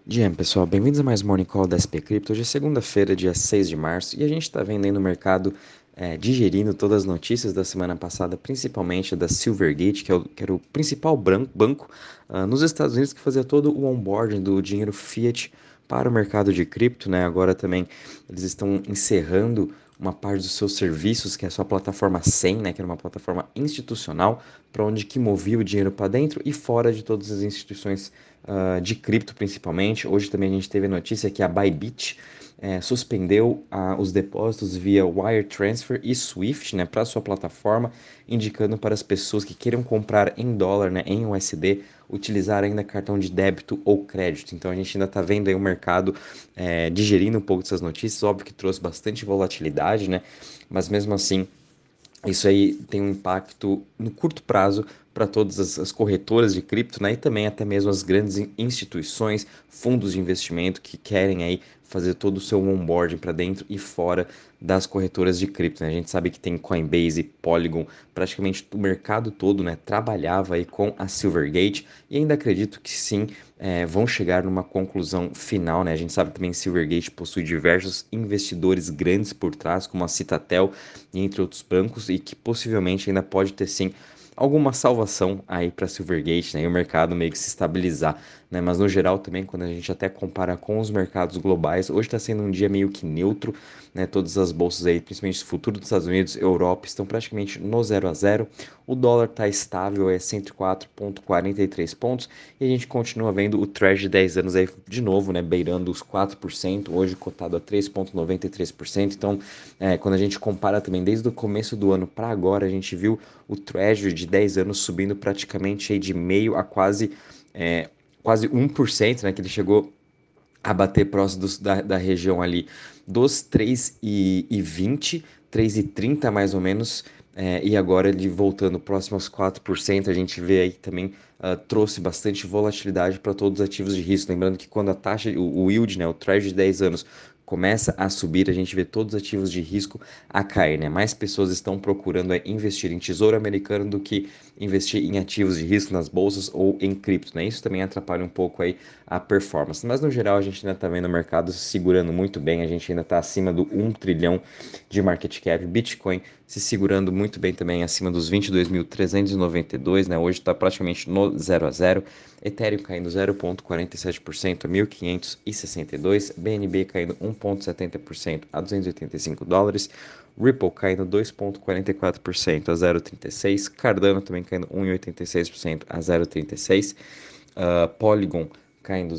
Dia, pessoal, bem-vindos a mais um Morning Call da SP Crypto. Hoje é segunda-feira, dia 6 de março, e a gente está vendo aí no mercado digerindo todas as notícias da semana passada, principalmente da Silvergate, que era o principal banco nos Estados Unidos que fazia todo o onboarding do dinheiro fiat para o mercado de cripto, né? Agora também eles estão encerrando uma parte dos seus serviços, que é a sua plataforma 100, né, que era uma plataforma institucional, para onde que movia o dinheiro para dentro e fora de todas as instituições de cripto principalmente. Hoje também a gente teve a notícia que a Bybit suspendeu os depósitos via Wire Transfer e Swift, né, para sua plataforma, indicando para as pessoas que queiram comprar em dólar, né, em USD, utilizar ainda cartão de débito ou crédito. Então a gente ainda está vendo aí o mercado digerindo um pouco dessas notícias. Óbvio que trouxe bastante volatilidade, né, mas mesmo assim isso aí tem um impacto no curto prazo para todas as corretoras de cripto, né? E também até mesmo as grandes instituições, fundos de investimento que querem aí fazer todo o seu onboarding para dentro e fora das corretoras de cripto, né? A gente sabe que tem Coinbase, Polygon, praticamente o mercado todo, né, trabalhava aí com a Silvergate e ainda acredito que sim, vão chegar numa conclusão final, né? A gente sabe que também que Silvergate possui diversos investidores grandes por trás, como a Citatel e entre outros bancos, e que possivelmente ainda pode ter sim alguma salvação aí para Silvergate, né, e o mercado meio que se estabilizar, né? Mas no geral também, quando a gente até compara com os mercados globais, hoje está sendo um dia meio que neutro, né? Todas as bolsas aí, principalmente o futuro dos Estados Unidos, Europa, estão praticamente no zero a zero. O dólar está estável, é 104,43 pontos, e a gente continua vendo o Treasury de 10 anos aí de novo, né, beirando os 4%, hoje cotado a 3,93%. Então, quando a gente compara também desde o começo do ano para agora, a gente viu o Treasury de 10 anos subindo praticamente aí de meio a quase 1%, né, que ele chegou a bater próximo da região ali dos 3,20, 3,30 mais ou menos, e agora ele voltando próximo aos 4%, a gente vê aí também trouxe bastante volatilidade para todos os ativos de risco. Lembrando que quando a taxa, o yield, né, o Treasury de 10 anos, começa a subir, a gente vê todos os ativos de risco a cair, né? Mais pessoas estão procurando investir em tesouro americano do que investir em ativos de risco nas bolsas ou em cripto, né? Isso também atrapalha um pouco aí a performance. Mas no geral a gente ainda está vendo o mercado se segurando muito bem, a gente ainda está acima do 1 trilhão de market cap, Bitcoin se segurando muito bem também acima dos 22.392, né? Hoje está praticamente no zero a zero. Ethereum caindo 0,47% a 1.562, BNB caindo 1,70% a US$ 285, Ripple caindo 2,44% a 0,36, Cardano também caindo 1,86% a 0,36, Polygon caindo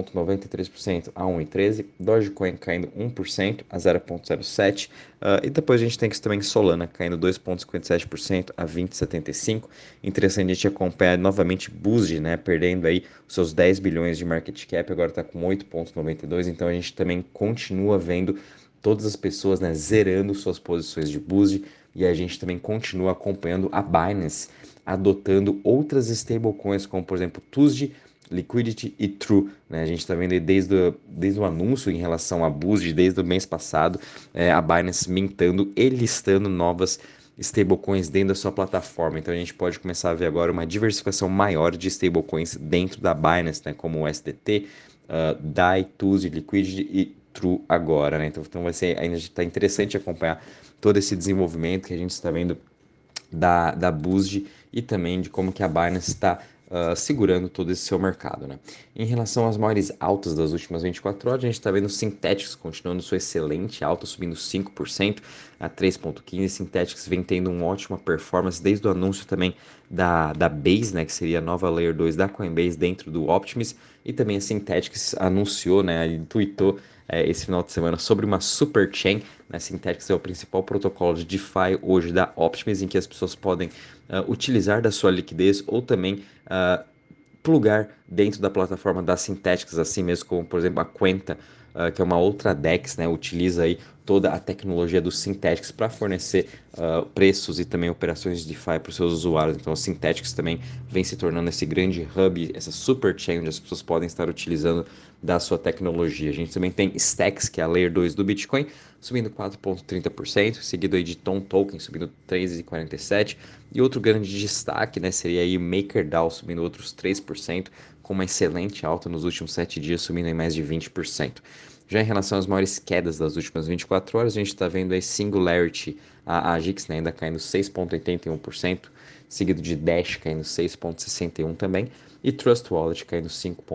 0,93% a 1,13, Dogecoin caindo 1% a 0,07, e depois a gente tem que também Solana caindo 2,57% a 20,75. Interessante a gente acompanhar novamente Boost, né, perdendo aí os seus 10 bilhões de market cap, agora está com 8,92, então a gente também continua vendo todas as pessoas, né, zerando suas posições de Boost, e a gente também continua acompanhando a Binance adotando outras stablecoins, como por exemplo TUSD, Liquidity e True, né? A gente está vendo aí desde o anúncio em relação a Boost, desde o mês passado, a Binance mintando e listando novas stablecoins dentro da sua plataforma. Então a gente pode começar a ver agora uma diversificação maior de stablecoins dentro da Binance, né? Como o SDT, DAI, TUSD, Liquidity e True agora, né? Então vai ser ainda está interessante acompanhar todo esse desenvolvimento que a gente está vendo da Boost e também de como que a Binance está segurando todo esse seu mercado, né? Em relação às maiores altas das últimas 24 horas, a gente está vendo Synthetix continuando sua excelente alta, subindo 5% a 3,15. Synthetix vem tendo uma ótima performance desde o anúncio também da Base, né, que seria a nova Layer 2 da Coinbase dentro do Optimus, e também a Synthetix anunciou, né, ele tweetou esse final de semana sobre uma super chain, né? Synthetix é o principal protocolo de DeFi hoje da Optimus, em que as pessoas podem utilizar da sua liquidez ou também plugar dentro da plataforma da Synthetix, assim mesmo como, por exemplo, a Quenta, que é uma outra DEX, né, utiliza aí toda a tecnologia do Synthetix para fornecer preços e também operações de DeFi para os seus usuários. Então, a Synthetix também vem se tornando esse grande hub, essa super chain onde as pessoas podem estar utilizando da sua tecnologia. A gente também tem Stacks, que é a Layer 2 do Bitcoin, subindo 4,30%, seguido aí de Tom Token, subindo 3,47%. E outro grande destaque, né, seria aí MakerDAO, subindo outros 3%, com uma excelente alta nos últimos 7 dias, subindo em mais de 20%. Já em relação às maiores quedas das últimas 24 horas, a gente está vendo aí Singularity, a AGIX, né, ainda caindo 6,81%, seguido de Dash caindo 6,61% também, e Trust Wallet caindo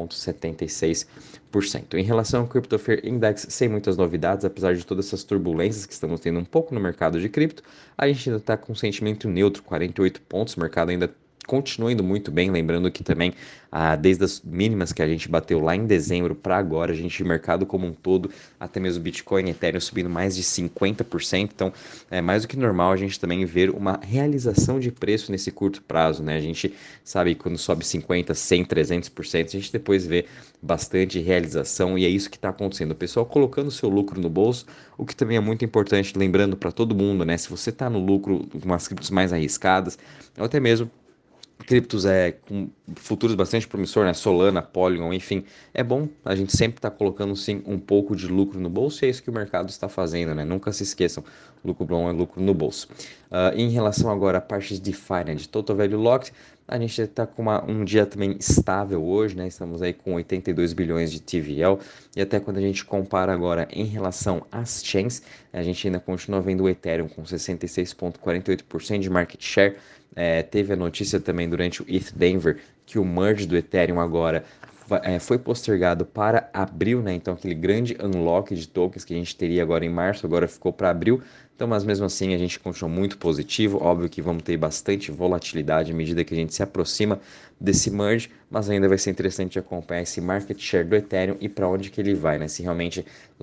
5,76%. Em relação ao Crypto Fear Index, sem muitas novidades, apesar de todas essas turbulências que estamos tendo um pouco no mercado de cripto, a gente ainda está com um sentimento neutro, 48 pontos, o mercado ainda continua indo muito bem, lembrando que também, desde as mínimas que a gente bateu lá em dezembro para agora, a gente, o mercado como um todo, até mesmo Bitcoin e Ethereum subindo mais de 50%, então é mais do que normal a gente também ver uma realização de preço nesse curto prazo, né? A gente sabe que quando sobe 50, 100, 300%, a gente depois vê bastante realização e é isso que está acontecendo. O pessoal colocando seu lucro no bolso, o que também é muito importante, lembrando para todo mundo, né? Se você está no lucro, umas criptos mais arriscadas, ou até mesmo criptos com futuros bastante promissor, né? Solana, Polygon, enfim. É bom a gente sempre estar colocando sim um pouco de lucro no bolso e é isso que o mercado está fazendo, né? Nunca se esqueçam, lucro bom é lucro no bolso. Em relação agora à parte de DeFi, né? De Total Value Locked, a gente está com um dia também estável hoje, né? Estamos aí com 82 bilhões de TVL e até quando a gente compara agora em relação às chains, a gente ainda continua vendo o Ethereum com 66,48% de market share. Teve a notícia também durante o ETH Denver que o merge do Ethereum agora foi postergado para abril, né? Então aquele grande unlock de tokens que a gente teria agora em março, agora ficou para abril. Então, mas mesmo assim a gente continua muito positivo. Óbvio que vamos ter bastante volatilidade à medida que a gente se aproxima desse merge, mas ainda vai ser interessante acompanhar esse market share do Ethereum e para onde que ele vai, né? Se realmente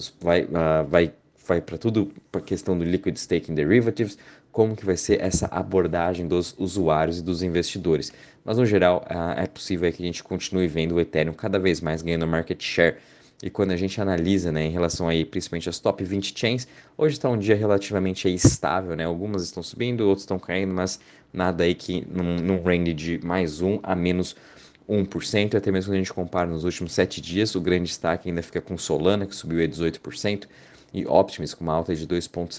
vai para tudo para a questão do liquid staking derivatives, como que vai ser essa abordagem dos usuários e dos investidores. Mas no geral, é possível que a gente continue vendo o Ethereum cada vez mais ganhando market share. E quando a gente analisa, né, em relação aí, principalmente as top 20 chains, hoje está um dia relativamente aí estável, né? Algumas estão subindo, outras estão caindo, mas nada aí que num range de mais 1 a menos 1%, até mesmo quando a gente compara nos últimos 7 dias, o grande destaque ainda fica com Solana, que subiu 18%, e Optimus com uma alta de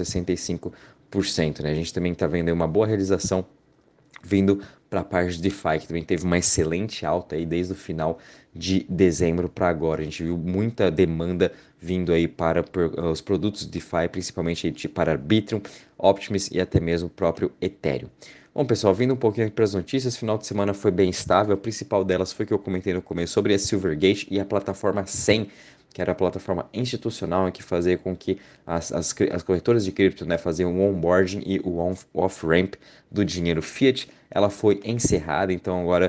2,65%, né? A gente também está vendo aí uma boa realização vindo para a parte de DeFi, que também teve uma excelente alta aí desde o final de dezembro para agora. A gente viu muita demanda vindo aí para os produtos DeFi, principalmente para Arbitrum, Optimus e até mesmo o próprio Ethereum. Bom, pessoal, vindo um pouquinho aqui para as notícias, final de semana foi bem estável. A principal delas foi que eu comentei no começo sobre a Silvergate e a plataforma 100, que era a plataforma institucional que fazia com que as corretoras de cripto, né, faziam o onboarding e o off-ramp do dinheiro fiat. Ela foi encerrada, então agora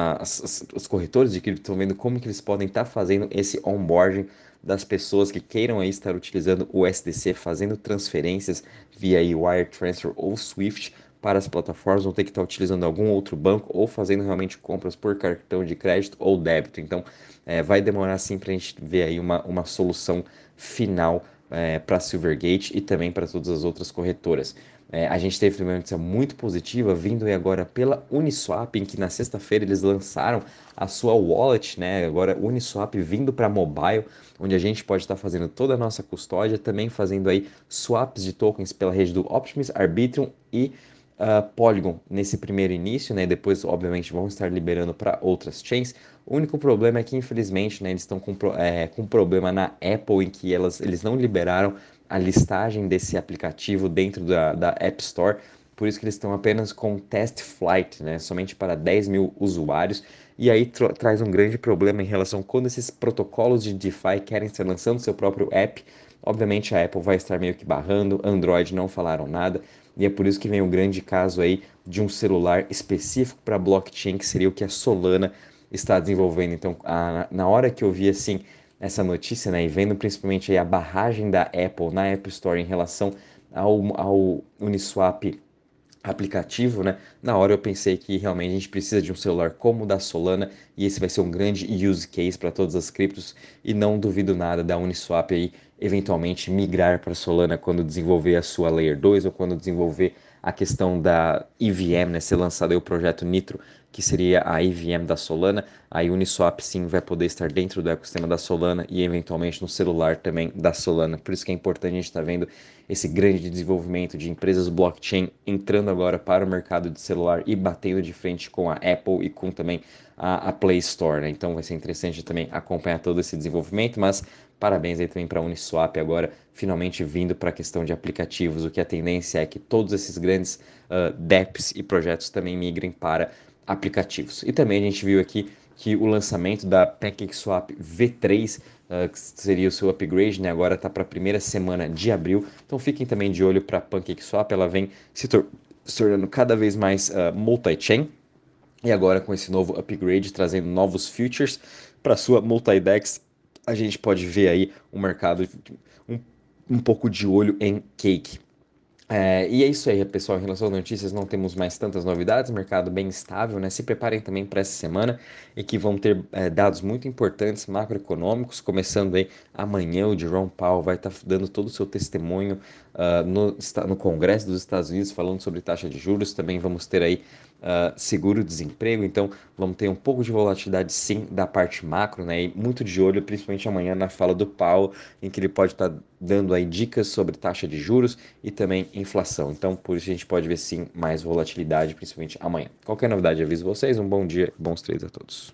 os corretores de cripto estão vendo como que eles podem estar fazendo esse onboarding das pessoas que queiram aí estar utilizando o SDC, fazendo transferências via aí Wire Transfer ou Swift para as plataformas, vão ter que estar utilizando algum outro banco ou fazendo realmente compras por cartão de crédito ou débito. Então, vai demorar sim para a gente ver aí uma solução final para a Silvergate e também para todas as outras corretoras. A gente teve uma notícia muito positiva vindo aí agora pela Uniswap, em que na sexta-feira eles lançaram a sua wallet, né? Agora Uniswap vindo para mobile, onde a gente pode estar fazendo toda a nossa custódia, também fazendo aí swaps de tokens pela rede do Optimus, Arbitrum e Polygon nesse primeiro início, né? Depois, obviamente, vão estar liberando para outras chains. O único problema é que, infelizmente, né, eles estão com problema na Apple, em que eles não liberaram a listagem desse aplicativo dentro da App Store. Por isso que eles estão apenas com test flight, né? Somente para 10 mil usuários. E aí traz um grande problema em relação a quando esses protocolos de DeFi querem estar lançando seu próprio app. Obviamente a Apple vai estar meio que barrando, Android não falaram nada. E é por isso que vem o grande caso aí de um celular específico para blockchain, que seria o que a Solana está desenvolvendo. Então, na hora que eu vi assim essa notícia, né, e vendo principalmente aí a barragem da Apple na App Store em relação ao Uniswap aplicativo, né? Na hora eu pensei que realmente a gente precisa de um celular como o da Solana e esse vai ser um grande use case para todas as criptos e não duvido nada da Uniswap aí eventualmente migrar para Solana quando desenvolver a sua Layer 2 ou quando desenvolver a questão da EVM, né, ser lançado aí o projeto Nitro, que seria a EVM da Solana. A Uniswap sim vai poder estar dentro do ecossistema da Solana e eventualmente no celular também da Solana. Por isso que é importante a gente estar vendo esse grande desenvolvimento de empresas blockchain entrando agora para o mercado de celular e batendo de frente com a Apple e com também a Play Store, né? Então vai ser interessante também acompanhar todo esse desenvolvimento, mas parabéns aí também para a Uniswap agora finalmente vindo para a questão de aplicativos. O que a tendência é que todos esses grandes dApps e projetos também migrem para aplicativos. E também a gente viu aqui que o lançamento da PancakeSwap V3, que seria o seu upgrade, né, agora está para a primeira semana de abril. Então fiquem também de olho para a PancakeSwap, ela vem se tornando cada vez mais multi-chain. E agora com esse novo upgrade, trazendo novos features para sua multi-dex, a gente pode ver aí um mercado um, um pouco de olho em Cake. E é isso aí, pessoal. Em relação às notícias, não temos mais tantas novidades. Mercado bem estável, né? Se preparem também para essa semana e que vão ter dados muito importantes macroeconômicos. Começando aí amanhã, o Jerome Powell vai estar dando todo o seu testemunho no Congresso dos Estados Unidos, falando sobre taxa de juros. Também vamos ter aí seguro-desemprego. Então, vamos ter um pouco de volatilidade, sim, da parte macro, né? E muito de olho, principalmente amanhã, na fala do Powell, em que ele pode estar dando aí dicas sobre taxa de juros e também inflação. Então, por isso a gente pode ver sim mais volatilidade, principalmente amanhã. Qualquer novidade, aviso vocês. Um bom dia, bons trades a todos.